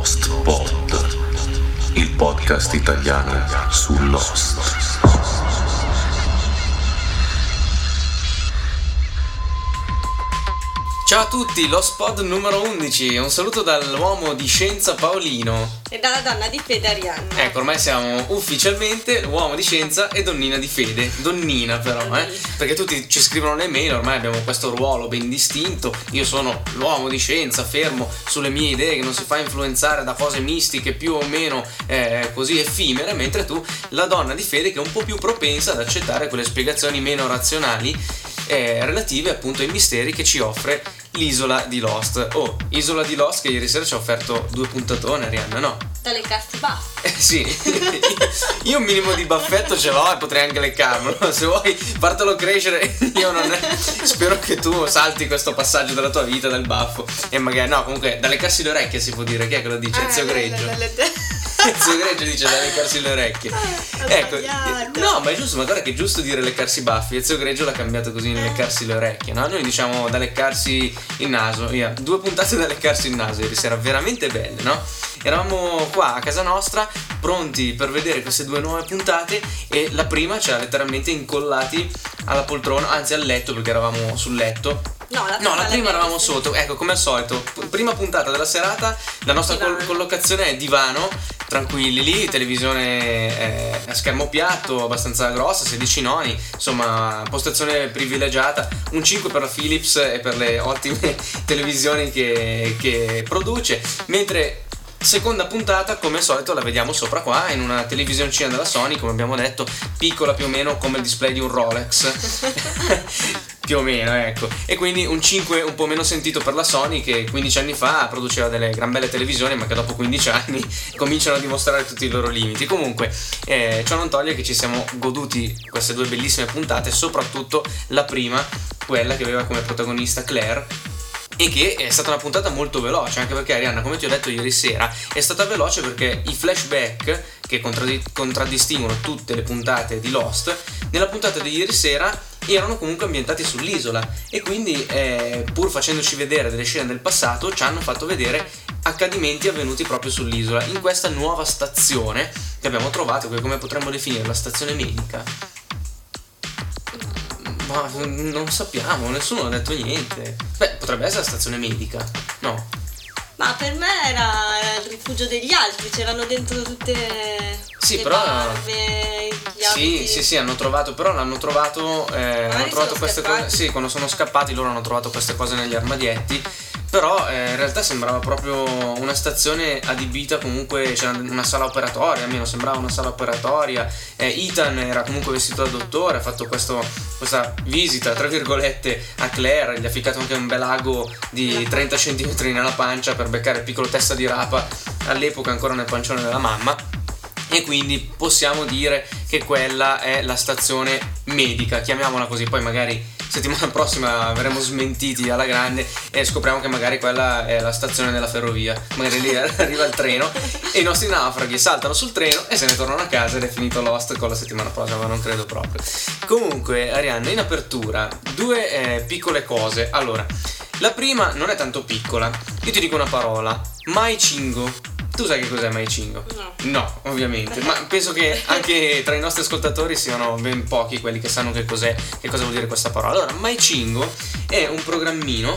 Lost Pod, il podcast italiano su Lost. Ciao a tutti, Lost Pod numero 11, un saluto dall'uomo di scienza Paolino e dalla donna di fede Arianna. Ecco, ormai siamo ufficialmente uomo di scienza e donnina di fede. Donnina però, perché tutti ci scrivono le mail, ormai abbiamo questo ruolo ben distinto. Io sono l'uomo di scienza, fermo sulle mie idee, che non si fa influenzare da cose mistiche più o meno così effimere, mentre tu, la donna di fede, che è un po' più propensa ad accettare quelle spiegazioni meno razionali relative appunto ai misteri che ci offre l'isola di Lost. Isola di Lost che ieri sera ci ha offerto 2 puntatone, Arianna, no? Da leccarsi baffi. Sì, io un minimo di baffetto ce l'ho e potrei anche leccarmelo. Se vuoi fartelo crescere, spero che tu salti questo passaggio della tua vita del baffo. E magari, no, comunque da leccarsi le orecchie si può dire. Chi è che lo dice? Ezio Greggio. Ezio Greggio dice da leccarsi le orecchie. Ecco, no, ma è giusto, ma guarda che è giusto dire leccarsi i baffi. Ezio Greggio l'ha cambiato così in leccarsi le orecchie, no? Noi diciamo da leccarsi il naso. 2 puntate da leccarsi il naso ieri sera, veramente belle, no? Eravamo qua a casa nostra pronti per vedere queste 2 nuove puntate e la prima ci ha letteralmente incollati alla poltrona, anzi al letto, perché eravamo sul letto. No, la prima eravamo sotto, ecco, come al solito, prima puntata della serata, la nostra collocazione è divano, tranquilli lì, televisione a schermo piatto, abbastanza grossa, 16 noni, insomma, postazione privilegiata, un 5 per la Philips e per le ottime televisioni che produce, mentre seconda puntata, come al solito, la vediamo sopra qua in una televisioncina della Sony, come abbiamo detto, piccola più o meno come il display di un Rolex. Più o meno, ecco. E quindi un 5 un po' meno sentito per la Sony, che 15 anni fa produceva delle gran belle televisioni, ma che dopo 15 anni cominciano a dimostrare tutti i loro limiti. Comunque, ciò non toglie che ci siamo goduti queste 2 bellissime puntate, soprattutto la prima, quella che aveva come protagonista Claire, e che è stata una puntata molto veloce, anche perché, Arianna, come ti ho detto ieri sera, è stata veloce perché i flashback che contraddistinguono tutte le puntate di Lost, nella puntata di ieri sera erano comunque ambientati sull'isola, e quindi pur facendoci vedere delle scene del passato ci hanno fatto vedere accadimenti avvenuti proprio sull'isola, in questa nuova stazione che abbiamo trovato, che come potremmo definire la stazione medica. Ma non sappiamo, nessuno ha detto niente. Beh, potrebbe essere la stazione medica, no? Ma per me era il rifugio degli altri, c'erano dentro tutte le barbe, gli abiti. Sì, hanno trovato queste cose. Sì, quando sono scappati loro hanno trovato queste cose negli armadietti. Però in realtà sembrava proprio una stazione adibita, comunque c'era una sala operatoria, almeno sembrava una sala operatoria. Ethan era comunque vestito da dottore, ha fatto questa visita, tra virgolette, a Claire, gli ha ficcato anche un bel ago di 30 cm nella pancia per beccare il piccolo testa di rapa, all'epoca ancora nel pancione della mamma. E quindi possiamo dire che quella è la stazione medica, chiamiamola così, poi magari settimana prossima verremo smentiti alla grande e scopriamo che magari quella è la stazione della ferrovia, magari lì arriva il treno e i nostri naufraghi saltano sul treno e se ne tornano a casa ed è finito Lost con la settimana prossima, ma non credo proprio. Comunque, Arianna, in apertura 2 piccole cose. Allora, la prima non è tanto piccola, io ti dico una parola: Mai Chingo. Tu sai che cos'è Mai Chingo? No, ovviamente, ma penso che anche tra i nostri ascoltatori siano ben pochi quelli che sanno che cosa vuol dire questa parola. Allora, Mai Chingo è un programmino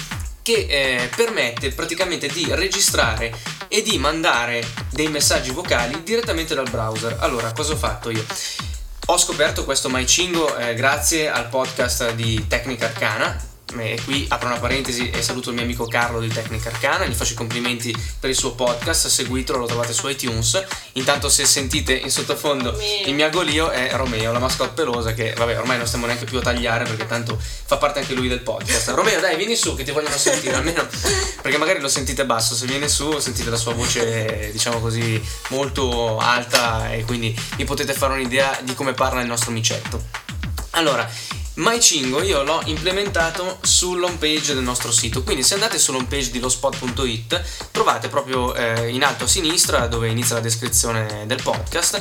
che permette praticamente di registrare e di mandare dei messaggi vocali direttamente dal browser. Allora, cosa ho fatto io? Ho scoperto questo Mai Chingo grazie al podcast di Tecnica Arcana. E qui apro una parentesi e saluto il mio amico Carlo di Tecnica Arcana, gli faccio i complimenti per il suo podcast, seguitelo, lo trovate su iTunes. Intanto, se sentite in sottofondo il miagolio, è Romeo, la mascotte pelosa, che vabbè ormai non stiamo neanche più a tagliare perché tanto fa parte anche lui del podcast. Romeo, dai, vieni su che ti vogliono sentire, almeno perché magari lo sentite basso, se viene su sentite la sua voce, diciamo così, molto alta, e quindi vi potete fare un'idea di come parla il nostro micetto. Allora, Mai Chingo io l'ho implementato sull'home page del nostro sito, quindi se andate sull'home page di lostpod.it trovate proprio in alto a sinistra, dove inizia la descrizione del podcast,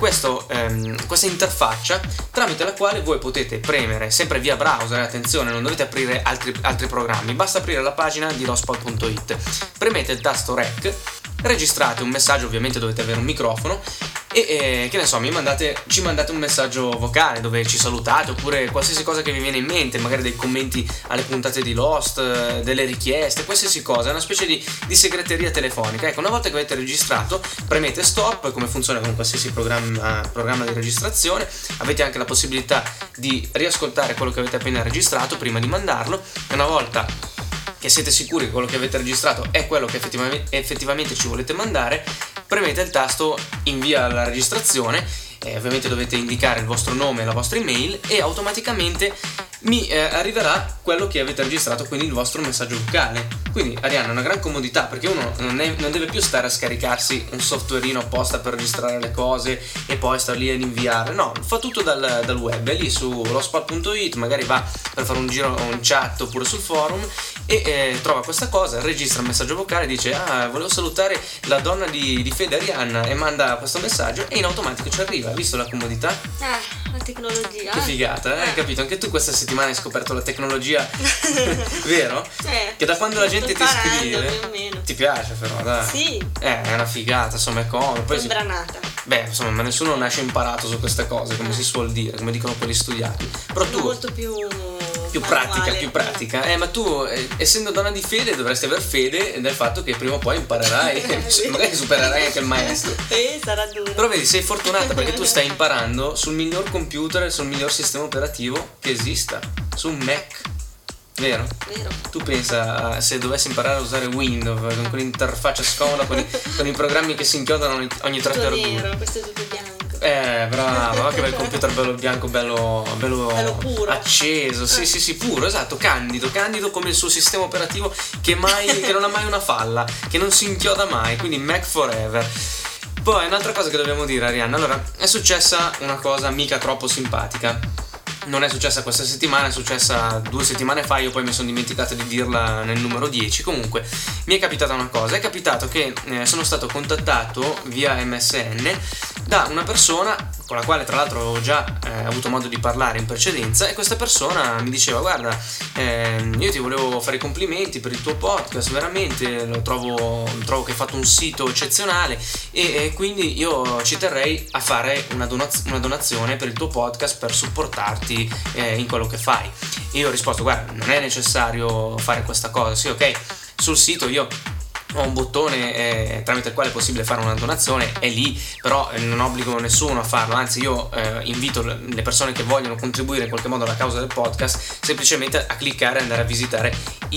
questa interfaccia tramite la quale voi potete premere, sempre via browser, attenzione, non dovete aprire altri programmi, basta aprire la pagina di lostpod.it, premete il tasto REC registrate un messaggio, ovviamente dovete avere un microfono, e che ne so, ci mandate un messaggio vocale dove ci salutate, oppure qualsiasi cosa che vi viene in mente, magari dei commenti alle puntate di Lost, delle richieste, qualsiasi cosa. È una specie di segreteria telefonica. Ecco, una volta che avete registrato, premete stop, come funziona con qualsiasi programma di registrazione. Avete anche la possibilità di riascoltare quello che avete appena registrato prima di mandarlo, e una volta che siete sicuri che quello che avete registrato è quello che effettivamente ci volete mandare, premete il tasto invia alla registrazione, ovviamente dovete indicare il vostro nome e la vostra email, e automaticamente mi arriverà quello che avete registrato, quindi il vostro messaggio vocale. Quindi Arianna, è una gran comodità, perché uno non deve più stare a scaricarsi un softwareino apposta per registrare le cose e poi star lì ad inviare. No, fa tutto dal web, è lì su lospot.it, magari va per fare un giro, un chat oppure sul forum, e trova questa cosa, registra un messaggio vocale, dice volevo salutare la donna di Fede, Arianna, e manda questo messaggio e in automatico ci arriva. Hai visto la comodità? La tecnologia. Che figata, hai capito? Anche tu questa settimana hai scoperto la tecnologia, vero? Che da quando la gente ti scrive ti piace, però dai. Sì. È una figata, insomma, è comodo. Poi sembranata. Beh, insomma, ma nessuno nasce imparato su queste cose, come si suol dire, come dicono quelli studiati. Però tu molto più pratica. Ma tu, essendo donna di fede, dovresti aver fede del fatto che prima o poi imparerai, magari supererai anche il maestro. Sarà duro. Però vedi, sei fortunata perché tu stai imparando sul miglior computer, sul miglior sistema operativo che esista, su un Mac. Vero? Tu pensa, se dovessi imparare a usare Windows con quell'interfaccia scomoda, con i programmi che si inchiodano ogni 3x2. Nero, questo è tutto bianco. Bravo, che bel computer, bello bianco, bello puro, acceso, sì, puro, esatto, candido come il suo sistema operativo che non ha mai una falla, che non si inchioda mai, quindi Mac forever. Poi un'altra cosa che dobbiamo dire, Arianna, allora, è successa una cosa mica troppo simpatica. Non è successa questa settimana, è successa 2 settimane fa, io poi mi sono dimenticato di dirla nel numero 10. Comunque mi è capitata una cosa, è capitato che sono stato contattato via MSN da una persona con la quale tra l'altro avevo già avuto modo di parlare in precedenza, e questa persona mi diceva: guarda, io ti volevo fare i complimenti per il tuo podcast, veramente trovo che hai fatto un sito eccezionale, e quindi io ci terrei a fare una donazione per il tuo podcast per supportarti in quello che fai. Io ho risposto: guarda, non è necessario fare questa cosa. Sì, ok, sul sito io ho un bottone tramite il quale è possibile fare una donazione, è lì, però non obbligo nessuno a farlo, anzi io invito le persone che vogliono contribuire in qualche modo alla causa del podcast semplicemente a cliccare e andare a visitare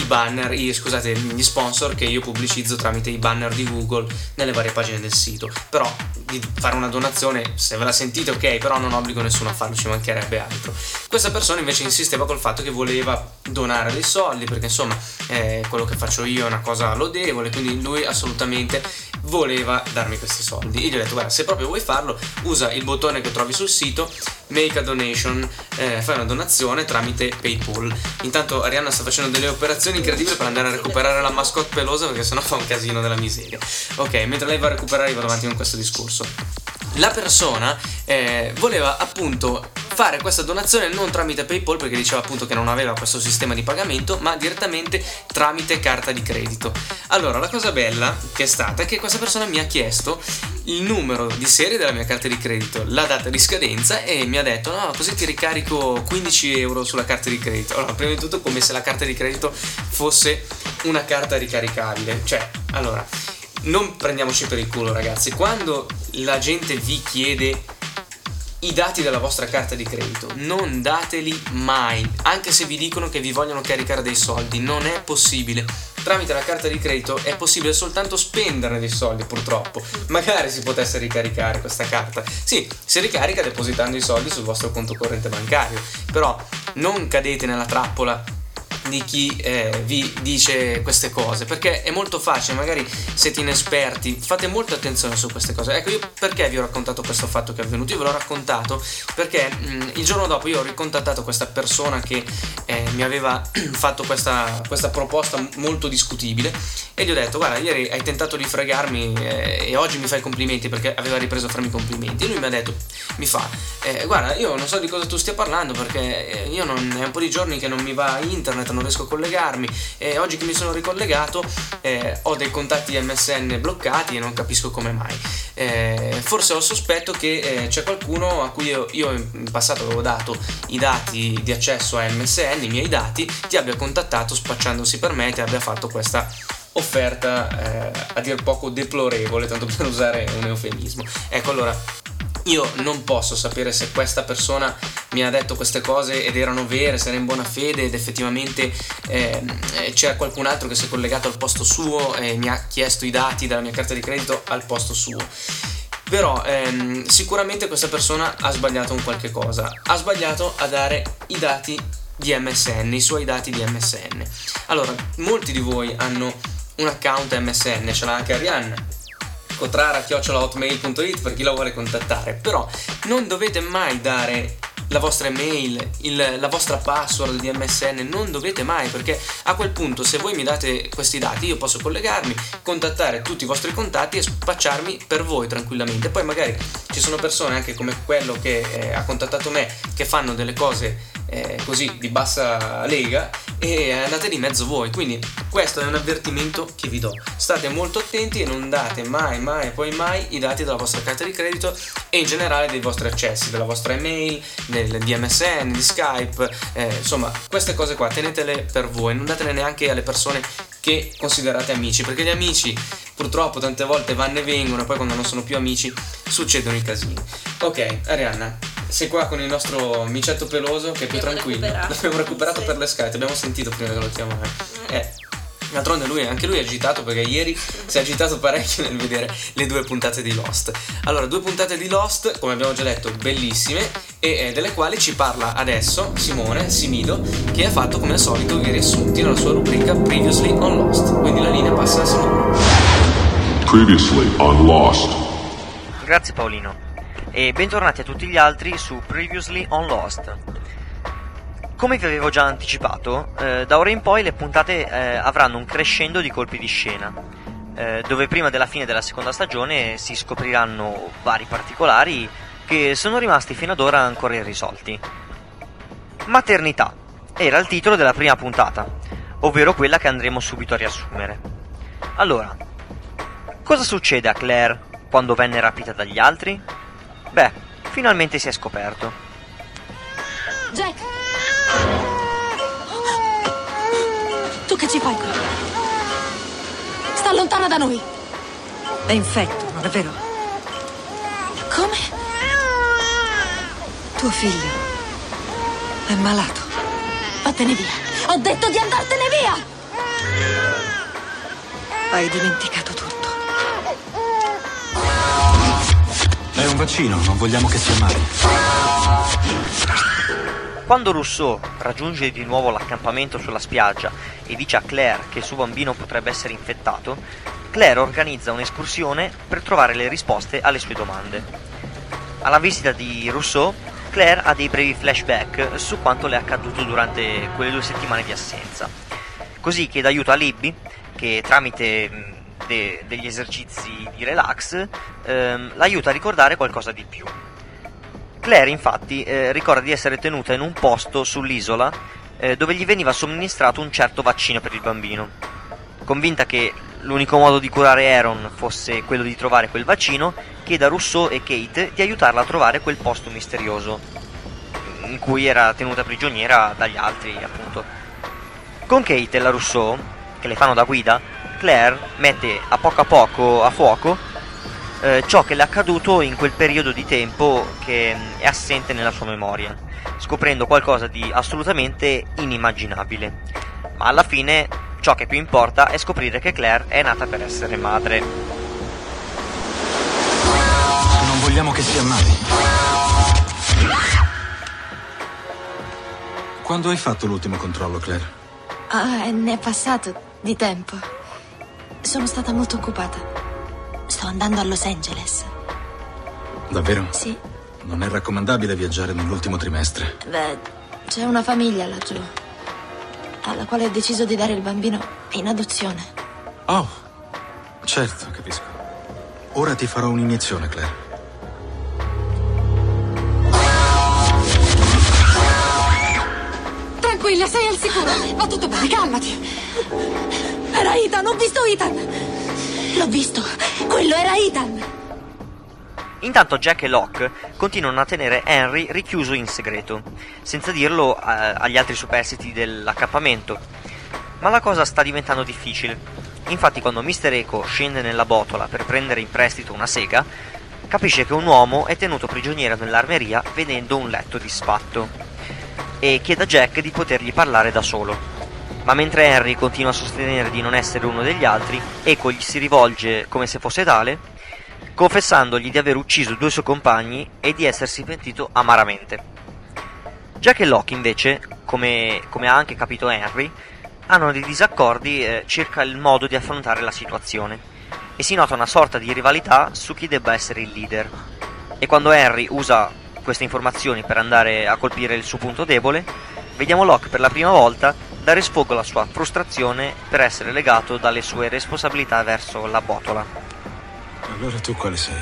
gli sponsor che io pubblicizzo tramite i banner di Google nelle varie pagine del sito. Però di fare una donazione, se ve la sentite, ok, però non obbligo nessuno a farlo, ci mancherebbe altro. Questa persona invece insisteva col fatto che voleva donare dei soldi, perché insomma quello che faccio io è una cosa lodevole, quindi lui assolutamente voleva darmi questi soldi. Io gli ho detto: guarda, se proprio vuoi farlo, usa il bottone che trovi sul sito, make a donation, fai una donazione tramite PayPal. Intanto Arianna sta facendo delle operazioni incredibili per andare a recuperare la mascotte pelosa, perché sennò fa un casino della miseria. Ok, mentre lei va a recuperare io vado avanti con questo discorso. La persona voleva appunto fare questa donazione non tramite PayPal, perché diceva appunto che non aveva questo sistema di pagamento, ma direttamente tramite carta di credito. Allora, la cosa bella che è stata è che questa persona mi ha chiesto il numero di serie della mia carta di credito, la data di scadenza, e mi ha detto: no, così ti ricarico 15 euro sulla carta di credito. Allora, prima di tutto, come se la carta di credito fosse una carta ricaricabile. Cioè, allora, non prendiamoci per il culo, ragazzi. Quando la gente vi chiede i dati della vostra carta di credito, non dateli mai, anche se vi dicono che vi vogliono caricare dei soldi. Non è possibile. Tramite la carta di credito è possibile soltanto spenderne dei soldi, purtroppo. Magari si potesse ricaricare questa carta. Sì, si ricarica depositando i soldi sul vostro conto corrente bancario, però non cadete nella trappola di chi vi dice queste cose, perché è molto facile. Magari siete inesperti, fate molta attenzione su queste cose. Ecco, io perché vi ho raccontato questo fatto che è avvenuto? Io ve l'ho raccontato perché il giorno dopo io ho ricontattato questa persona che mi aveva fatto questa proposta molto discutibile, e gli ho detto: guarda, ieri hai tentato di fregarmi e oggi mi fai complimenti, perché aveva ripreso a farmi complimenti. E lui mi ha detto, guarda, io non so di cosa tu stia parlando, perché io è un po' di giorni che non mi va internet, non riesco a collegarmi, e oggi che mi sono ricollegato ho dei contatti MSN bloccati e non capisco come mai. Forse ho il sospetto che c'è qualcuno a cui io in passato avevo dato i dati di accesso a MSN, i miei dati, ti abbia contattato spacciandosi per me e ti abbia fatto questa offerta a dir poco deplorevole, tanto per usare un eufemismo. Ecco, allora io non posso sapere se questa persona mi ha detto queste cose ed erano vere, se era in buona fede ed effettivamente c'era qualcun altro che si è collegato al posto suo e mi ha chiesto i dati della mia carta di credito al posto suo. Però sicuramente questa persona ha sbagliato un qualche cosa, ha sbagliato a dare i dati di MSN, i suoi dati di MSN. Allora, molti di voi hanno un account MSN, ce l'ha anche Arianna, cotrara@hotmail.it per chi la vuole contattare, però non dovete mai dare la vostra email, la vostra password di MSN, non dovete mai, perché a quel punto se voi mi date questi dati io posso collegarmi, contattare tutti i vostri contatti e spacciarmi per voi tranquillamente. Poi magari ci sono persone anche come quello che ha contattato me che fanno delle cose così di bassa lega e andate di mezzo voi, quindi questo è un avvertimento che vi do: state molto attenti e non date mai i dati della vostra carta di credito e in generale dei vostri accessi, della vostra email, di MSN, di Skype, insomma queste cose qua tenetele per voi, non datele neanche alle persone che considerate amici, perché gli amici purtroppo tante volte vanno e vengono e poi quando non sono più amici succedono i casini. Ok, Arianna, sei qua con il nostro micetto peloso che è più tranquillo. L'abbiamo recuperato per le scale, abbiamo sentito prima che lo chiamare. D'altronde anche lui è agitato, perché ieri si è agitato parecchio nel vedere le 2 puntate di Lost. Allora, 2 puntate di Lost, come abbiamo già detto, bellissime, e delle quali ci parla adesso Simone Simido, che ha fatto come al solito i riassunti nella sua rubrica Previously on Lost. Quindi la linea passa a Simone. Previously on Lost. Grazie Paolino e bentornati a tutti gli altri su Previously on Lost. Come vi avevo già anticipato, da ora in poi le puntate avranno un crescendo di colpi di scena, dove prima della fine della seconda stagione si scopriranno vari particolari che sono rimasti fino ad ora ancora irrisolti. Maternità era il titolo della prima puntata, ovvero quella che andremo subito a riassumere. Allora, cosa succede a Claire quando venne rapita dagli altri? Beh, finalmente si è scoperto. Jack! Tu che ci fai qui? Sta lontana da noi. È infetto, non è vero? Come? Tuo figlio è malato. Vattene via. Ho detto di andartene via. Hai dimenticato tutto. È un vaccino, non vogliamo che si ammali. Quando Rousseau raggiunge di nuovo l'accampamento sulla spiaggia e dice a Claire che il suo bambino potrebbe essere infettato, Claire organizza un'escursione per trovare le risposte alle sue domande. Alla visita di Rousseau, Claire ha dei brevi flashback su quanto le è accaduto durante quelle 2 settimane di assenza, così chiede aiuto a Libby, che tramite degli esercizi di relax l'aiuta a ricordare qualcosa di più. Claire infatti ricorda di essere tenuta in un posto sull'isola dove gli veniva somministrato un certo vaccino per il bambino. Convinta che l'unico modo di curare Aaron fosse quello di trovare quel vaccino, chiede a Rousseau e Kate di aiutarla a trovare quel posto misterioso in cui era tenuta prigioniera dagli altri, appunto. Con Kate e la Rousseau, che le fanno da guida, Claire mette a poco a fuoco ciò che le è accaduto in quel periodo di tempo che è assente nella sua memoria, scoprendo qualcosa di assolutamente inimmaginabile. Ma alla fine ciò che più importa è scoprire che Claire è nata per essere madre. Non vogliamo che si ammali. Quando hai fatto l'ultimo controllo, Claire? Ne è passato di tempo. Sono stata molto occupata. Sto andando a Los Angeles. Davvero? Sì. Non è raccomandabile viaggiare nell'ultimo trimestre. Beh, c'è una famiglia laggiù, alla quale ho deciso di dare il bambino in adozione. Oh, certo, capisco. Ora ti farò un'iniezione, Claire. tranquilla, sei al sicuro. Va tutto bene, calmati. Era Ethan, ho visto Ethan. L'ho visto, quello era Ethan. Intanto Jack e Locke continuano a tenere Henry richiuso in segreto, senza dirlo agli altri superstiti dell'accampamento. Ma la cosa sta diventando difficile. Infatti quando Mr. Eco scende nella botola per prendere in prestito una sega, capisce che un uomo è tenuto prigioniero nell'armeria vedendo un letto disfatto e chiede a Jack di potergli parlare da solo. Ma mentre Henry continua a sostenere di non essere uno degli altri, Eco gli si rivolge come se fosse tale, confessandogli di aver ucciso 2 suoi compagni e di essersi pentito amaramente. Jack e Locke invece, come ha anche capito Henry, hanno dei disaccordi circa il modo di affrontare la situazione e si nota una sorta di rivalità su chi debba essere il leader. E quando Henry usa queste informazioni per andare a colpire il suo punto debole, vediamo Locke per la prima volta dare sfogo alla sua frustrazione per essere legato dalle sue responsabilità verso la botola. Allora tu quale sei?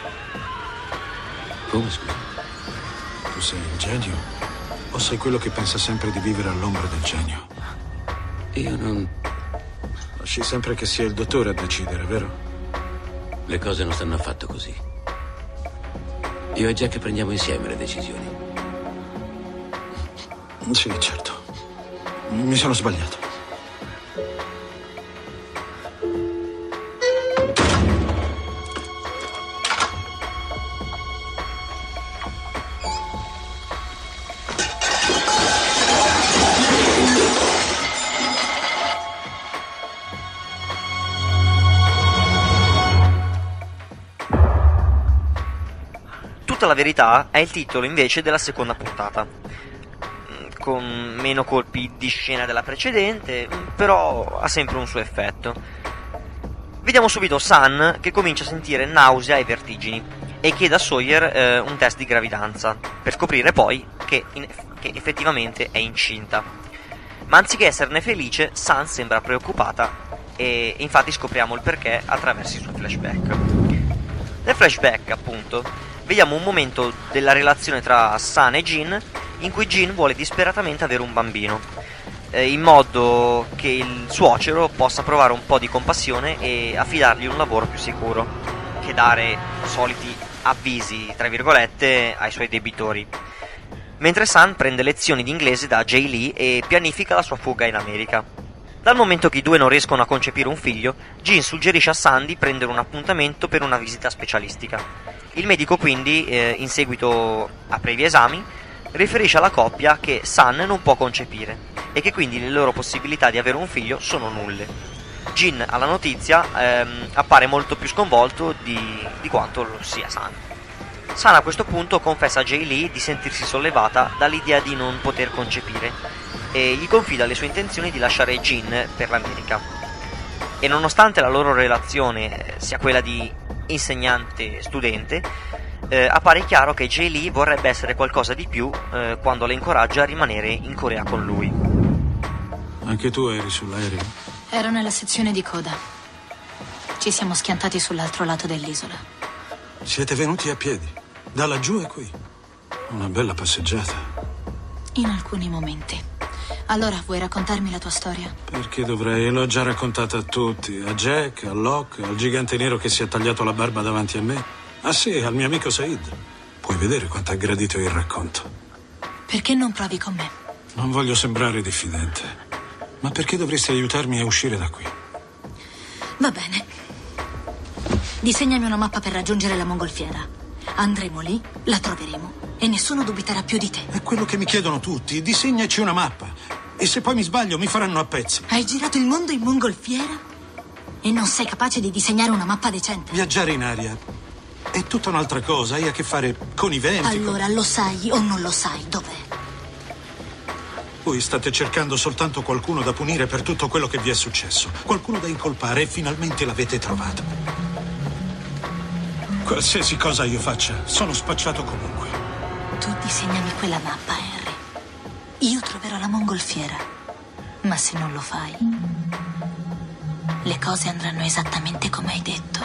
Come scusa? Tu sei il genio? O sei quello che pensa sempre di vivere all'ombra del genio? Io non... Lasci sempre che sia il dottore a decidere, vero? Le cose non stanno affatto così. Io e Jack prendiamo insieme le decisioni. Sì, certo. Mi sono sbagliato. Tutta la verità è il titolo invece della seconda puntata, con meno colpi di scena della precedente, però ha sempre un suo effetto. Vediamo subito Sun che comincia a sentire nausea e vertigini e chiede a Sawyer un test di gravidanza, per scoprire poi che effettivamente è incinta. Ma anziché esserne felice, Sun sembra preoccupata e infatti scopriamo il perché attraverso i suoi flashback. Nel flashback, appunto, vediamo un momento della relazione tra Sun e Jean in cui Jean vuole disperatamente avere un bambino, in modo che il suocero possa provare un po' di compassione e affidargli un lavoro più sicuro che dare soliti avvisi, tra virgolette, ai suoi debitori. Mentre Sun prende lezioni di inglese da Jay Lee e pianifica la sua fuga in America. Dal momento che i due non riescono a concepire un figlio, Jean suggerisce a Sun di prendere un appuntamento per una visita specialistica. Il medico quindi, in seguito a previi esami, riferisce alla coppia che Sun non può concepire e che quindi le loro possibilità di avere un figlio sono nulle. Jean alla notizia appare molto più sconvolto di quanto lo sia Sun. Sun a questo punto confessa a Jay Lee di sentirsi sollevata dall'idea di non poter concepire e gli confida le sue intenzioni di lasciare Jean per l'America. E nonostante la loro relazione sia quella di insegnante-studente, appare chiaro che Jay Lee vorrebbe essere qualcosa di più quando la incoraggia a rimanere in Corea con lui. Anche tu eri sull'aereo? Ero nella sezione di coda. Ci siamo schiantati sull'altro lato dell'isola. Siete venuti a piedi? Da laggiù e qui? Una bella passeggiata. In alcuni momenti. Allora, vuoi raccontarmi la tua storia? Perché dovrei? L'ho già raccontata a tutti. A Jack, a Locke, al gigante nero che si è tagliato la barba davanti a me. Ah sì, al mio amico Said. Puoi vedere quanto ha gradito il racconto. Perché non provi con me? Non voglio sembrare diffidente, ma perché dovresti aiutarmi a uscire da qui? Va bene. Disegnami una mappa per raggiungere la mongolfiera. Andremo lì, la troveremo e nessuno dubiterà più di te. È quello che mi chiedono tutti. Disegnaci una mappa. E se poi mi sbaglio mi faranno a pezzi. Hai girato il mondo in mongolfiera? E non sei capace di disegnare una mappa decente? Viaggiare in aria è tutta un'altra cosa. Hai a che fare con i venti. Allora, lo sai o non lo sai? Dov'è? Voi state cercando soltanto qualcuno da punire per tutto quello che vi è successo. Qualcuno da incolpare e finalmente l'avete trovato. Qualsiasi cosa io faccia, sono spacciato comunque. Tu disegnami quella mappa, Henry. Io troverò la mongolfiera. Ma se non lo fai, le cose andranno esattamente come hai detto.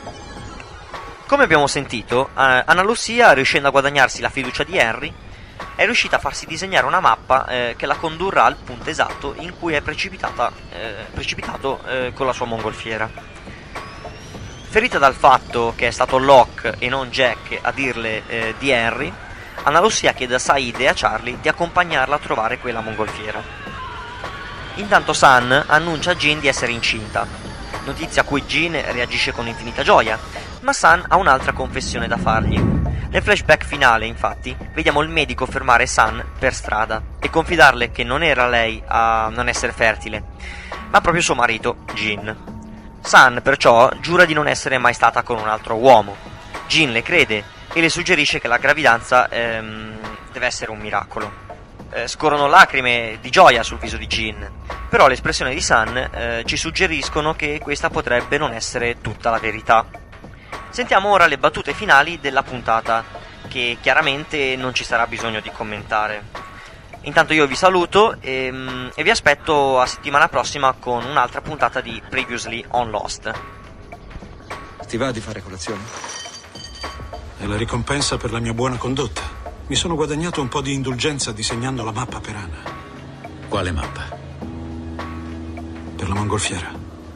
Come abbiamo sentito, Anna Lucia, riuscendo a guadagnarsi la fiducia di Henry, è riuscita a farsi disegnare una mappa che la condurrà al punto esatto in cui è precipitato con la sua mongolfiera. Ferita dal fatto che è stato Locke e non Jack a dirle di Henry, Ana Lucia chiede a Said e a Charlie di accompagnarla a trovare quella mongolfiera. Intanto Sun annuncia a Jean di essere incinta, notizia a cui Jean reagisce con infinita gioia, ma Sun ha un'altra confessione da fargli. Nel flashback finale, infatti, vediamo il medico fermare Sun per strada e confidarle che non era lei a non essere fertile, ma proprio suo marito, Jean. Sun, perciò, giura di non essere mai stata con un altro uomo. Jean le crede e le suggerisce che la gravidanza deve essere un miracolo. Scorrono lacrime di gioia sul viso di Jean, però le espressioni di Sun ci suggeriscono che questa potrebbe non essere tutta la verità. Sentiamo ora le battute finali della puntata, che chiaramente non ci sarà bisogno di commentare. Intanto io vi saluto e vi aspetto a settimana prossima con un'altra puntata di Previously on Lost. Ti va di fare colazione? È la ricompensa per la mia buona condotta. Mi sono guadagnato un po' di indulgenza disegnando la mappa per Anna. Quale mappa? Per la mongolfiera.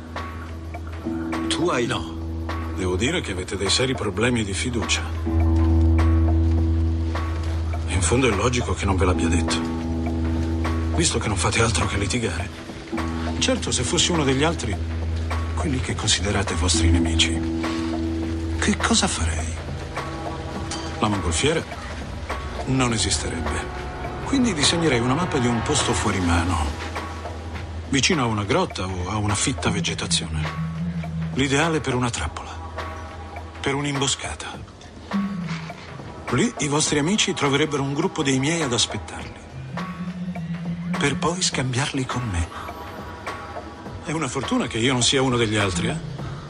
Tu hai... No. Devo dire che avete dei seri problemi di fiducia. E in fondo è logico che non ve l'abbia detto, visto che non fate altro che litigare. Certo, se fossi uno degli altri, quelli che considerate vostri nemici, che cosa farei? La mongolfiera non esisterebbe. Quindi disegnerei una mappa di un posto fuori mano, vicino a una grotta o a una fitta vegetazione. L'ideale per una trappola, per un'imboscata. Lì i vostri amici troverebbero un gruppo dei miei ad aspettarli, per poi scambiarli con me. È una fortuna che io non sia uno degli altri, eh?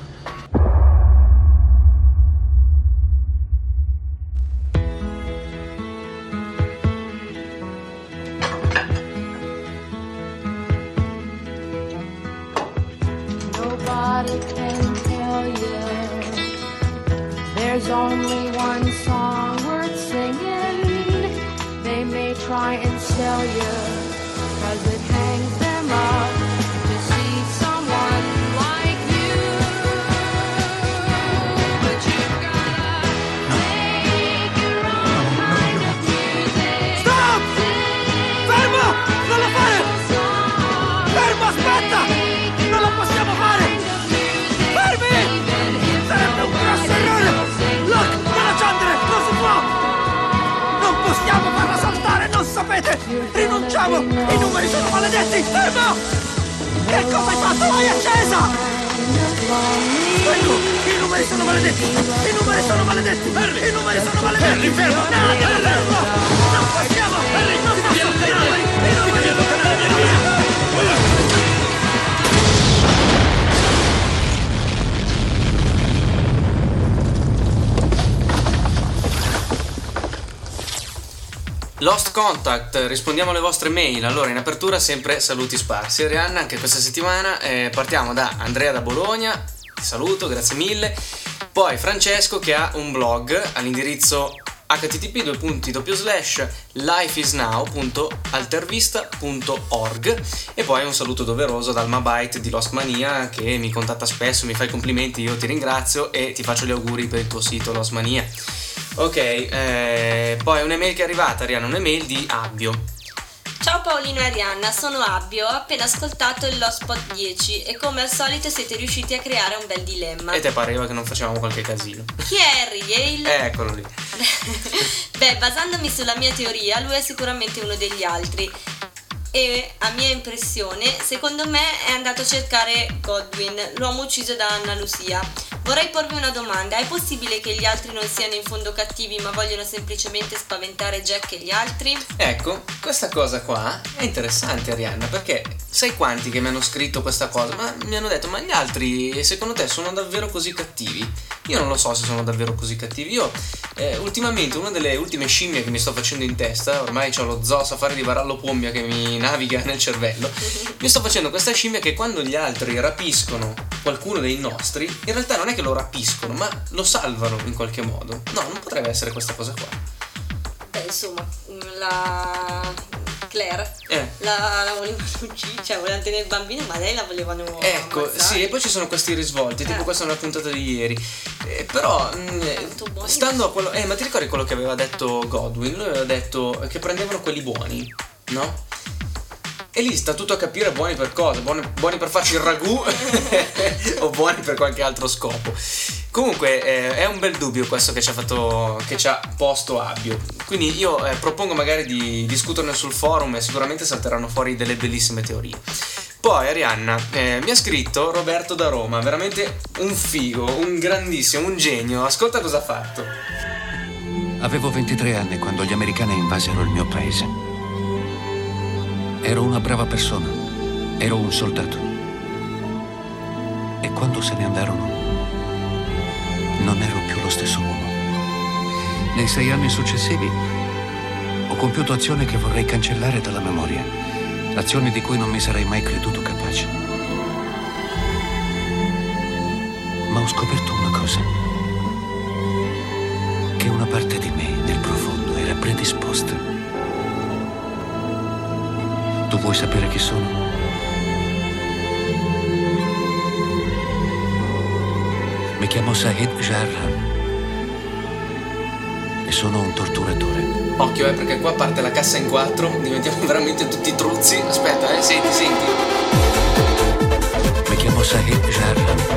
Nobody can tell you there's only one song worth singing. They may try and sell you, 'cause it hangs them up to see someone like you. But you've gotta make your own kind of music. Stop! Fermo! Non lo fare! Fermo, aspetta! Non lo possiamo fare! Fermi! Sarebbe un grosso errore! Locke, della Chandler, non si può! Non possiamo farla saltare, non sapete! Rinunciamo! I numeri sono maledetti! Fermo! Che cosa hai fatto? L'hai accesa! Fermo! I numeri sono maledetti! I numeri sono maledetti! I numeri sono maledetti! Fermo! No, fermo! Non possiamo! Non possiamo! I numeri Lost Contact, rispondiamo alle vostre mail. Allora, in apertura sempre saluti sparsi. Arianna, anche questa settimana partiamo da Andrea da Bologna, ti saluto, grazie mille. Poi Francesco che ha un blog all'indirizzo http://lifeisnow.altervista.org. E poi un saluto doveroso dal Mabite di Lost Mania, che mi contatta spesso, mi fa i complimenti, io ti ringrazio e ti faccio gli auguri per il tuo sito Lost Mania. Ok, poi un'email che è arrivata, Arianna, un'email di Abbio. Ciao Paolino e Arianna, sono Abbio, ho appena ascoltato il Lost Pod 10 e come al solito siete riusciti a creare un bel dilemma. E te pareva che non facevamo qualche casino. Chi è Harry Yale? Eccolo lì. Beh, basandomi sulla mia teoria, lui è sicuramente uno degli altri. E a mia impressione, secondo me è andato a cercare Godwin, l'uomo ucciso da Ana Lucia. Vorrei porvi una domanda: è possibile che gli altri non siano in fondo cattivi ma vogliono semplicemente spaventare Jack e gli altri? Ecco, questa cosa qua è interessante, Arianna, perché sai quanti che mi hanno scritto questa cosa? Ma mi hanno detto, ma gli altri secondo te sono davvero così cattivi? Io non lo so se sono davvero così cattivi. Io ultimamente, una delle ultime scimmie che mi sto facendo in testa, ormai c'ho lo zoo safari di Varallo Pombia che mi naviga nel cervello, mi sto facendo questa scimmia che quando gli altri rapiscono qualcuno dei nostri, in realtà non è che lo rapiscono, ma lo salvano in qualche modo. No, non potrebbe essere questa cosa qua. Beh, insomma, Claire la volevano uccidere, cioè volevano tenere il bambino, ma lei la volevano ammazzare. Sì, e poi ci sono questi risvolti, tipo questa è una puntata di ieri. Però stando a quello, ma ti ricordi quello che aveva detto Godwin? Lui aveva detto che prendevano quelli buoni, no? E lì sta tutto a capire buoni per cosa, buoni per farci il ragù o buoni per qualche altro scopo. Comunque è un bel dubbio questo che ci ha posto Abbio. Quindi io propongo magari di discuterne sul forum e sicuramente salteranno fuori delle bellissime teorie. Poi Arianna mi ha scritto Roberto da Roma, veramente un figo, un grandissimo, un genio. Ascolta cosa ha fatto. Avevo 23 anni quando gli americani invasero il mio paese. Ero una brava persona, ero un soldato. E quando se ne andarono, non ero più lo stesso uomo. Nei 6 anni successivi ho compiuto azioni che vorrei cancellare dalla memoria, azioni di cui non mi sarei mai creduto capace. Ma ho scoperto una cosa, che una parte di me nel profondo era predisposta. Tu vuoi sapere chi sono? Mi chiamo Said Jarrah e sono un torturatore. Occhio perché qua parte la cassa in 4, diventiamo veramente tutti truzzi. Aspetta, senti. Mi chiamo Said Jarrah.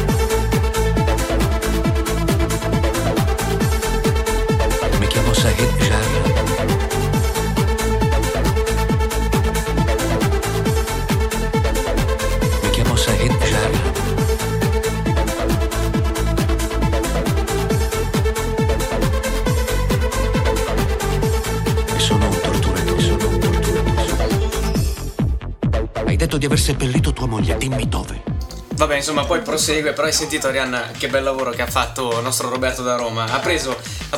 Mi chiamo Said Jarrah. Said Jarrah. E sono un torturatore. Hai detto di aver seppellito tua moglie, dimmi dove. Vabbè, insomma, poi prosegue, però hai sentito Arianna che bel lavoro che ha fatto il nostro Roberto da Roma. Ha preso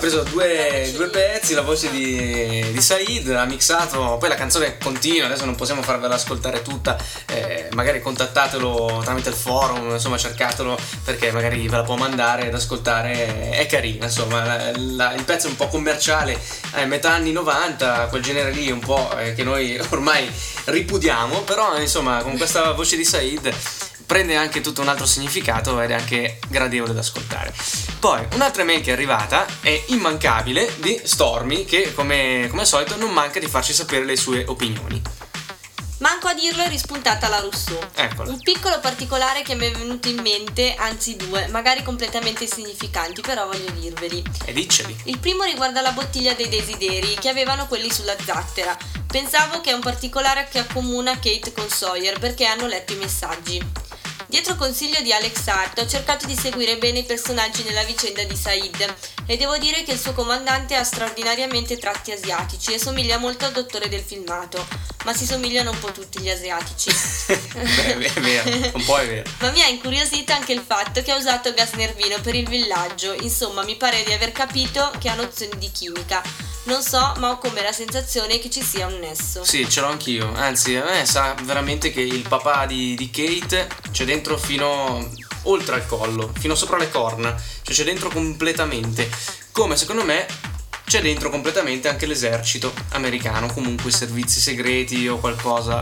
due pezzi, la voce di Said, ha mixato, poi la canzone continua, adesso non possiamo farvela ascoltare tutta, magari contattatelo tramite il forum, insomma cercatelo perché magari ve la può mandare ad ascoltare, è carina, insomma, il pezzo è un po' commerciale, metà anni 90, quel genere lì un po' che noi ormai ripudiamo, però insomma con questa voce di Said prende anche tutto un altro significato ed è anche gradevole da ascoltare. Poi un'altra mail che è arrivata è immancabile di Stormy, che come al solito non manca di farci sapere le sue opinioni. Manco a dirlo, è rispuntata la Rousseau. Eccola. Un piccolo particolare che mi è venuto in mente, anzi due, magari completamente insignificanti, però voglio dirveli. E dicceli. Il primo riguarda la bottiglia dei desideri che avevano quelli sulla zattera. Pensavo che è un particolare che accomuna Kate con Sawyer perché hanno letto i messaggi. Dietro consiglio di Alex Hart ho cercato di seguire bene i personaggi nella vicenda di Said e devo dire che il suo comandante ha straordinariamente tratti asiatici e somiglia molto al dottore del filmato, ma si somigliano un po' tutti gli asiatici. Beh, è vero, un po' è vero. Ma mi ha incuriosito anche il fatto che ha usato gas nervino per il villaggio, insomma mi pare di aver capito che ha nozioni di chimica. Non so, ma ho come la sensazione che ci sia un nesso. Sì, ce l'ho anch'io. Anzi, a me sa veramente che il papà di Kate c'è dentro fino oltre al collo, fino sopra le corna. Cioè c'è dentro completamente. Come secondo me c'è dentro completamente anche l'esercito americano, comunque i servizi segreti o qualcosa.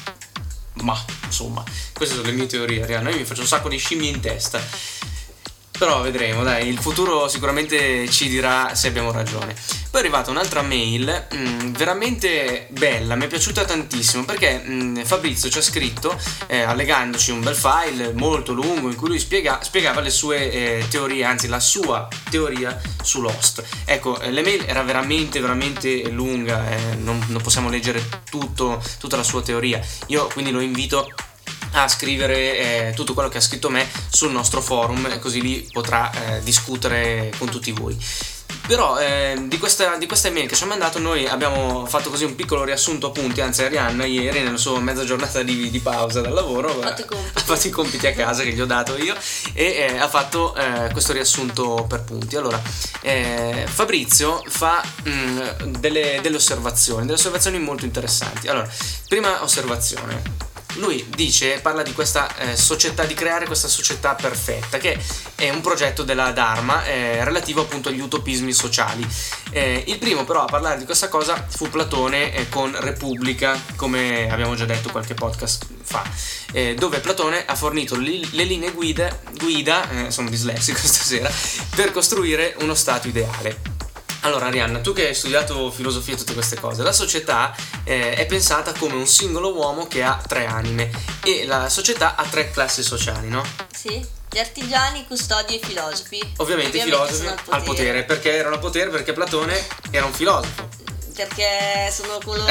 Ma, insomma, queste sono le mie teorie, Arianna. Io mi faccio un sacco di scimmie in testa. Però vedremo, dai, il futuro sicuramente ci dirà se abbiamo ragione. Poi è arrivata un'altra mail veramente bella, mi è piaciuta tantissimo perché Fabrizio ci ha scritto allegandoci un bel file molto lungo in cui lui spiegava le sue teorie, anzi la sua teoria su Lost. Ecco, l'email era veramente lunga, non possiamo leggere tutta la sua teoria. Io quindi lo invito a scrivere tutto quello che ha scritto me sul nostro forum, così lì potrà discutere con tutti voi. Però di questa email che ci ha mandato noi abbiamo fatto così un piccolo riassunto appunti, anzi Arianna ieri nella sua mezza giornata di pausa dal lavoro ha fatto i compiti a casa che gli ho dato io e ha fatto questo riassunto per punti. Allora Fabrizio fa delle osservazioni molto interessanti. Allora, prima osservazione: lui parla di questa società, di creare questa società perfetta, che è un progetto della Dharma relativo appunto agli utopismi sociali. Il primo però a parlare di questa cosa fu Platone con Repubblica, come abbiamo già detto qualche podcast fa, dove Platone ha fornito le linee guida, sono dislessico stasera, per costruire uno stato ideale. Allora Arianna, tu che hai studiato filosofia e tutte queste cose, la società è pensata come un singolo uomo che ha 3 anime, e la società ha 3 classi sociali, no? Sì, gli artigiani, i custodi e i filosofi. Ovviamente i filosofi al potere. Perché erano al potere? Perché Platone era un filosofo. Perché sono coloro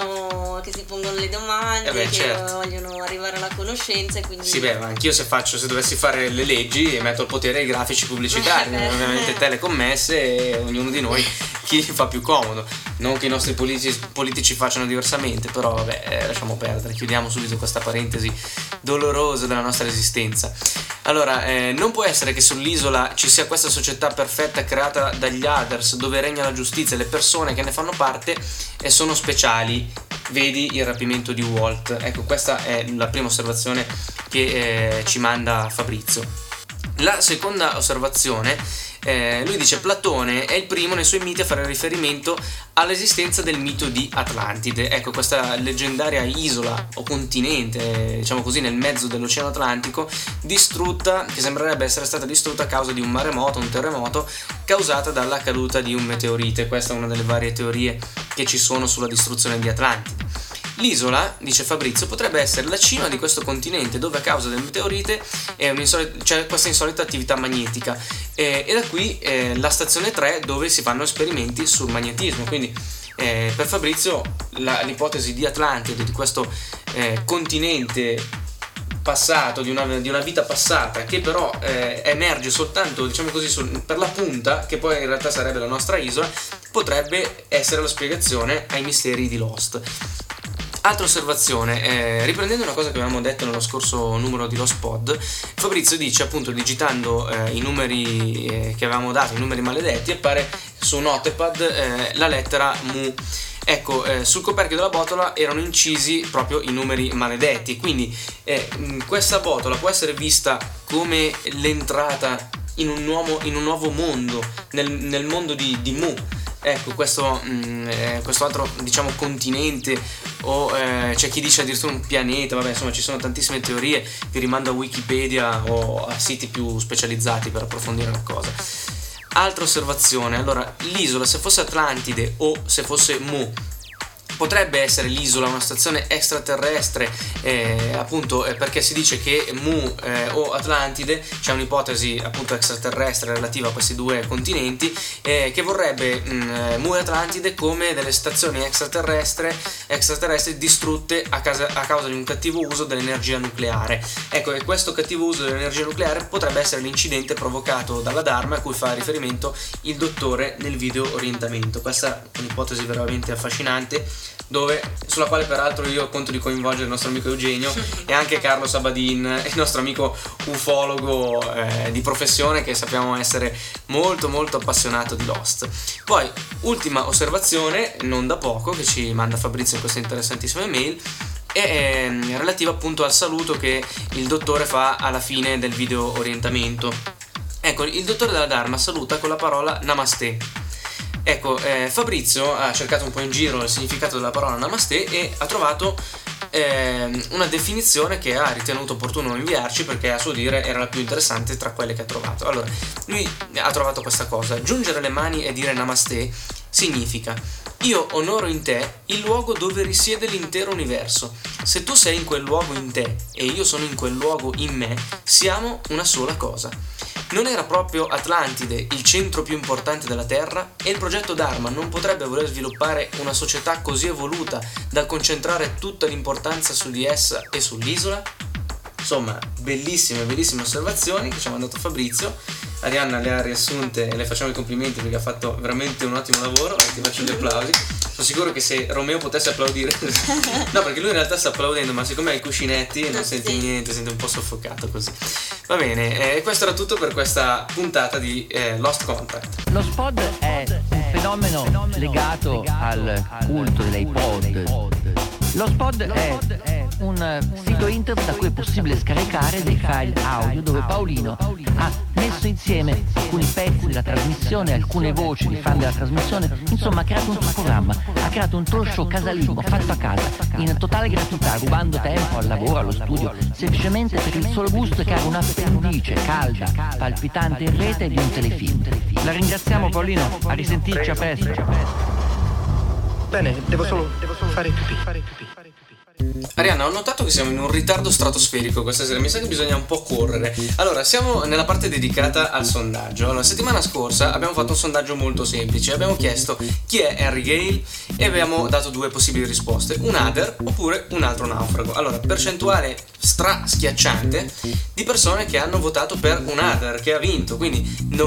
che si pongono le domande, che certo, vogliono arrivare alla conoscenza, e quindi... Sì, ma anch'io se dovessi fare le leggi metto al potere i grafici pubblicitari, ovviamente telecommesse, e ognuno di noi chi fa più comodo. Non che i nostri politici facciano diversamente, però vabbè, lasciamo perdere, chiudiamo subito questa parentesi dolorosa della nostra esistenza. Allora, non può essere che sull'isola ci sia questa società perfetta creata dagli others, dove regna la giustizia e le persone che ne fanno parte sono speciali. Vedi il rapimento di Walt. Ecco, questa è la prima osservazione che ci manda Fabrizio. La seconda osservazione, lui dice: Platone è il primo nei suoi miti a fare riferimento all'esistenza del mito di Atlantide. Ecco, questa leggendaria isola o continente, diciamo così, nel mezzo dell'Oceano Atlantico, distrutta, che sembrerebbe essere stata distrutta a causa di un maremoto, un terremoto causata dalla caduta di un meteorite. Questa è una delle varie teorie che ci sono sulla distruzione di Atlantide. L'isola, dice Fabrizio, potrebbe essere la cima di questo continente, dove a causa del meteorite c'è questa insolita attività magnetica, e da qui la stazione 3, dove si fanno esperimenti sul magnetismo. Quindi per Fabrizio l'ipotesi di Atlantide, di questo continente passato, di una vita passata, che però emerge soltanto, diciamo così, per la punta, che poi in realtà sarebbe la nostra isola, potrebbe essere la spiegazione ai misteri di Lost. Altra osservazione, riprendendo una cosa che avevamo detto nello scorso numero di Lost Pod, Fabrizio dice, appunto, digitando i numeri che avevamo dato, i numeri maledetti, appare su Notepad la lettera Mu. Ecco, sul coperchio della botola erano incisi proprio i numeri maledetti, quindi questa botola può essere vista come l'entrata in un nuovo mondo, nel mondo di Mu. Ecco, questo altro, diciamo, continente, o c'è chi dice addirittura un pianeta. Vabbè, insomma, ci sono tantissime teorie, vi rimando a Wikipedia o a siti più specializzati per approfondire la cosa. Altra osservazione, allora, l'isola, se fosse Atlantide o se fosse Mu, potrebbe essere l'isola una stazione extraterrestre, appunto perché si dice che Mu o Atlantide, c'è un'ipotesi appunto extraterrestre relativa a questi 2 continenti, che vorrebbe Mu e Atlantide come delle stazioni extraterrestri distrutte a causa di un cattivo uso dell'energia nucleare. Ecco, e questo cattivo uso dell'energia nucleare potrebbe essere l'incidente provocato dalla Dharma, a cui fa riferimento il dottore nel video Orientamento. Questa è un'ipotesi veramente affascinante, sulla quale peraltro io conto di coinvolgere il nostro amico Eugenio e anche Carlo Sabadin, il nostro amico ufologo di professione, che sappiamo essere molto molto appassionato di Lost. Poi, ultima osservazione, non da poco, che ci manda Fabrizio in questa interessantissima email, è relativa appunto al saluto che il dottore fa alla fine del video Orientamento. Ecco, il dottore della Dharma saluta con la parola Namaste. Ecco, Fabrizio ha cercato un po' in giro il significato della parola Namaste e ha trovato una definizione che ha ritenuto opportuno inviarci, perché a suo dire era la più interessante tra quelle che ha trovato. Allora, lui ha trovato questa cosa: giungere le mani e dire Namaste significa: io onoro in te il luogo dove risiede l'intero universo. Se tu sei in quel luogo in te e io sono in quel luogo in me, siamo una sola cosa. Non era proprio Atlantide il centro più importante della Terra? E il progetto Dharma non potrebbe voler sviluppare una società così evoluta da concentrare tutta l'importanza su di essa e sull'isola? Insomma, bellissime osservazioni che ci ha mandato Fabrizio. Arianna le ha riassunte e le facciamo i complimenti, perché ha fatto veramente un ottimo lavoro, e ti faccio gli applausi. Sono sicuro che se Romeo potesse applaudire no, perché lui in realtà sta applaudendo, ma siccome ha i cuscinetti non senti niente, sente un po' soffocato così. Va bene, questo era tutto per questa puntata di Lost Contact. Lo spod è un fenomeno legato al culto dell'iPod. Lo spod è un sito internet da cui è possibile scaricare dei file audio dove Paolino ha messo insieme alcuni pezzi della trasmissione, alcune voci di fan della trasmissione, insomma ha creato un programma, ha creato un talk show casalingo fatto a casa, in totale gratuità, rubando tempo al lavoro, allo studio, semplicemente per il solo gusto di creare un'appendice calda, palpitante in rete di un telefilm. La ringraziamo Paolino, a risentirci, a presto. Bene, devo solo fare pipì. Arianna, ho notato che siamo in un ritardo stratosferico questa sera, mi sa che bisogna un po' correre. Allora, siamo nella parte dedicata al sondaggio. Allora, la settimana scorsa abbiamo fatto un sondaggio molto semplice, abbiamo chiesto chi è Henry Gale e abbiamo dato due possibili risposte, un Other oppure un altro naufrago. Allora, percentuale schiacciante di persone che hanno votato per un Other, che ha vinto, quindi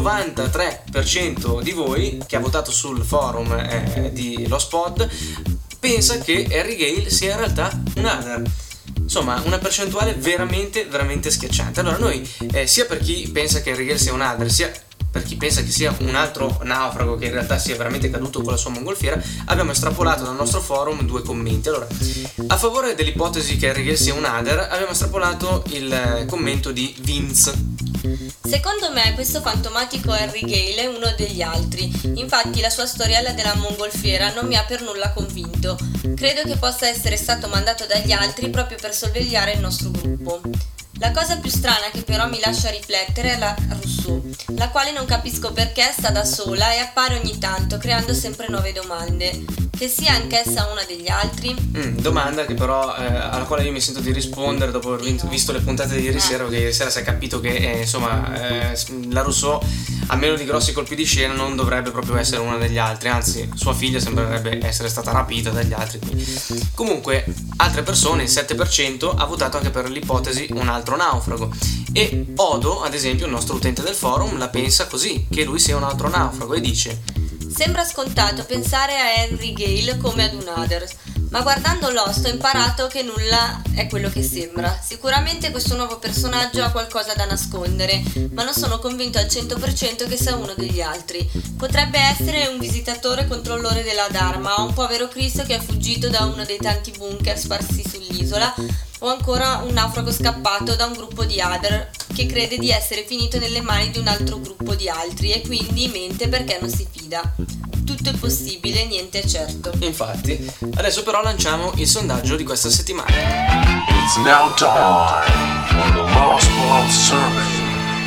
93% di voi che ha votato sul forum di Lost Pod pensa che Henry Gale sia in realtà un Other. Insomma, una percentuale veramente, veramente schiacciante. Allora noi, sia per chi pensa che Henry Gale sia un Other, sia per chi pensa che sia un altro naufrago che in realtà sia veramente caduto con la sua mongolfiera, abbiamo estrapolato dal nostro forum due commenti. Allora, a favore dell'ipotesi che Henry Gale sia un Other, abbiamo estrapolato il commento di Vince. Secondo me questo fantomatico Henry Gale è uno degli altri, infatti la sua storiella della mongolfiera non mi ha per nulla convinto. Credo che possa essere stato mandato dagli altri proprio per sorvegliare il nostro gruppo. La cosa più strana che però mi lascia riflettere è la Rousseau, la quale non capisco perché sta da sola e appare ogni tanto creando sempre nuove domande. Che sia anch'essa una degli altri? Domanda che però alla quale io mi sento di rispondere dopo aver visto le puntate di ieri sera, perché ieri sera si è capito che la Rousseau, a meno di grossi colpi di scena, non dovrebbe proprio essere una degli altri, anzi sua figlia sembrerebbe essere stata rapita dagli altri. Comunque altre persone, il 7%, ha votato anche per l'ipotesi un altro naufrago, e Odo, ad esempio, il nostro utente del forum, la pensa così, che lui sia un altro naufrago, e dice: sembra scontato pensare a Henry Gale come ad un Other, ma guardando Lost ho imparato che nulla è quello che sembra. Sicuramente questo nuovo personaggio ha qualcosa da nascondere, ma non sono convinto al 100% che sia uno degli altri. Potrebbe essere un visitatore controllore della Dharma, o un povero Cristo che è fuggito da uno dei tanti bunker sparsi sull'isola, o ancora un naufrago scappato da un gruppo di Other che crede di essere finito nelle mani di un altro gruppo di altri e quindi mente perché non si fida. Tutto è possibile, niente è certo. Infatti, adesso però lanciamo il sondaggio di questa settimana. It's now time for the Lost Pod Survey.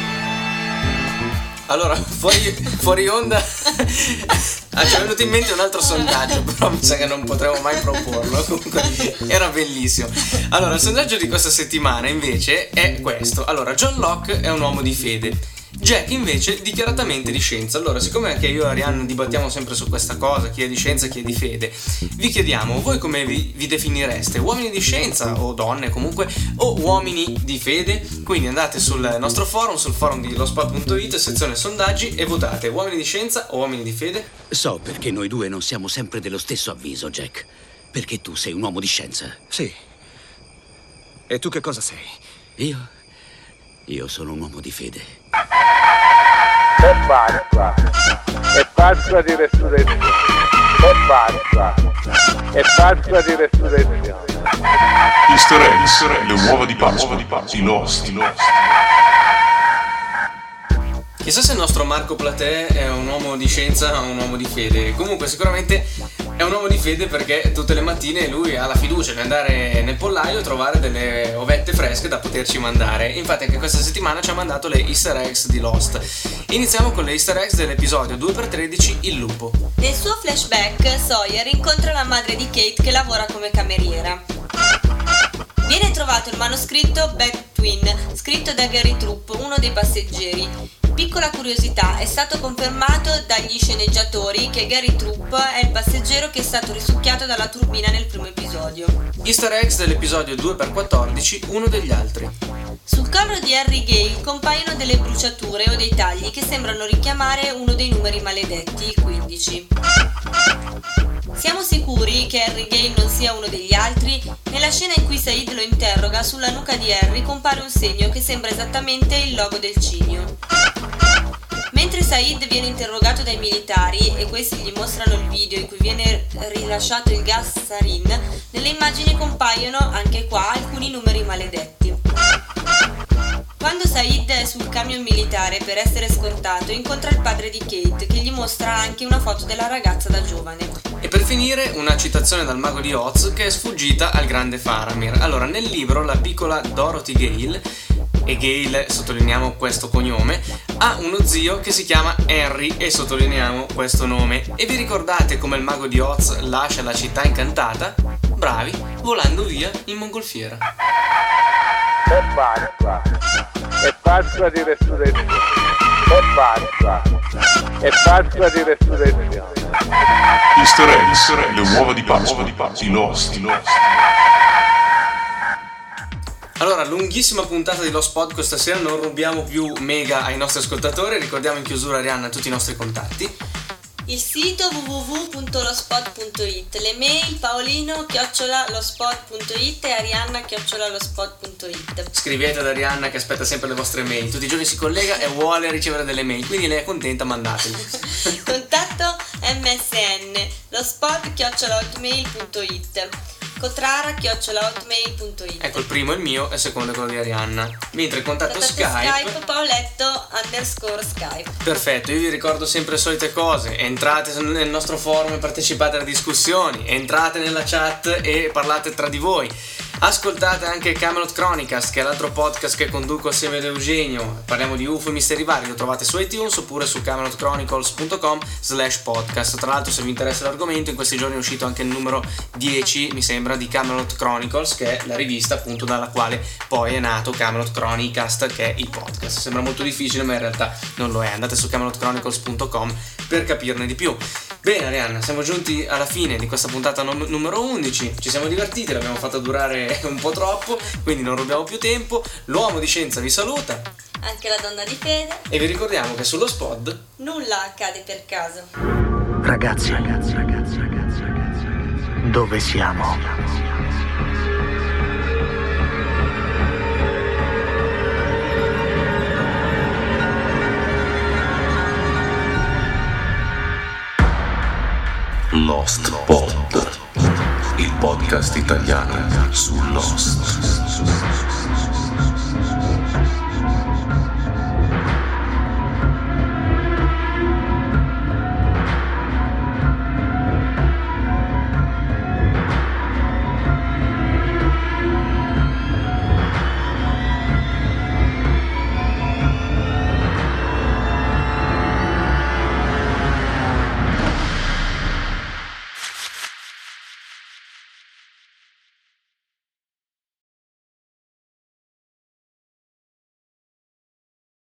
Allora, fuori onda ci è venuto in mente un altro sondaggio, però mi sa che non potremo mai proporlo. Comunque era bellissimo. Allora, il sondaggio di questa settimana invece è questo. Allora, John Locke è un uomo di fede, Jack invece dichiaratamente di scienza. Allora, siccome anche io e Arianna dibattiamo sempre su questa cosa, chi è di scienza e chi è di fede, vi chiediamo, voi come vi definireste? Uomini di scienza, o donne comunque, o uomini di fede? Quindi andate sul nostro forum, sul forum di lospod.it, sezione sondaggi, e votate uomini di scienza o uomini di fede? So perché noi due non siamo sempre dello stesso avviso, Jack. Perché tu sei un uomo di scienza. Sì. E tu che cosa sei? Io sono un uomo di fede. È Pasqua di resurrezione. È Pasqua di resurrezione. Easter eggs, le uova di Pasqua di Lost. Chissà se il nostro Marco Platè è un uomo di scienza o un uomo di fede. Comunque sicuramente è un uomo di fede, perché tutte le mattine lui ha la fiducia di andare nel pollaio e trovare delle ovette fresche da poterci mandare. Infatti anche questa settimana ci ha mandato le Easter eggs di Lost. Iniziamo con le Easter eggs dell'episodio 2x13, il lupo. Nel suo flashback Sawyer incontra la madre di Kate che lavora come cameriera. Viene trovato il manoscritto Bad Twin, scritto da Gary Troop, uno dei passeggeri. Piccola curiosità, è stato confermato dagli sceneggiatori che Gary Troop è il passeggero che è stato risucchiato dalla turbina nel primo episodio. Easter eggs dell'episodio 2x14, uno degli altri. Sul collo di Henry Gale compaiono delle bruciature o dei tagli che sembrano richiamare uno dei numeri maledetti, il 15. Siamo sicuri che Henry Gale non sia uno degli altri? Nella scena in cui Said lo interroga, sulla nuca di Henry compare un segno che sembra esattamente il logo del cigno. Mentre Said viene interrogato dai militari e questi gli mostrano il video in cui viene rilasciato il gas sarin, nelle immagini compaiono anche qua alcuni numeri maledetti. Quando Said è sul camion militare per essere scortato, incontra il padre di Kate che gli mostra anche una foto della ragazza da giovane. E per finire una citazione dal Mago di Oz che è sfuggita al grande Faramir. Allora, nel libro la piccola Dorothy Gale, e Gale sottolineiamo questo cognome, ha uno zio che si chiama Henry e sottolineiamo questo nome. E vi ricordate come il Mago di Oz lascia la città incantata? Bravi, volando via in mongolfiera. E basta di resurrezione. E basta di resurrezione. Easter eggs, le uova di Pasqua, i Lost. Allora, lunghissima puntata di Lost Pod questa sera, non rubiamo più mega ai nostri ascoltatori, ricordiamo in chiusura, Arianna, tutti i nostri contatti. Il sito www.lospot.it, le mail paolino@lospot.it e arianna@lospot.it. Scrivete ad Arianna che aspetta sempre le vostre mail, tutti i giorni si collega e vuole ricevere delle mail, quindi lei è contenta, mandateli. Contatto MSN, lospot@hotmail.it, cotrara@hotmail.it. Ecco, il primo è il mio e il secondo è quello di Arianna. Mentre il contatto Skype Paoletto_Skype. Perfetto, io vi ricordo sempre le solite cose: entrate nel nostro forum e partecipate alle discussioni, entrate nella chat e parlate tra di voi, ascoltate anche Camelot Chronicast, che è l'altro podcast che conduco assieme ad Eugenio. Parliamo di UFO e misteri vari, lo trovate su iTunes oppure su camelotchronicles.com/podcast. Tra l'altro, se vi interessa l'argomento, in questi giorni è uscito anche il numero 10, mi sembra, di Camelot Chronicles, che è la rivista appunto dalla quale poi è nato Camelot Chronicast, che è il podcast. Sembra molto difficile, ma in realtà non lo è. Andate su camelotchronicles.com per capirne di più. Bene, Arianna, siamo giunti alla fine di questa puntata numero 11. Ci siamo divertiti, l'abbiamo fatta durare un po' troppo, quindi non rubiamo più tempo. L'uomo di scienza vi saluta, anche la donna di fede, e vi ricordiamo che sullo Spod nulla accade per caso. Ragazzi, dove siamo? Lost Pod, il podcast italiano su Lost.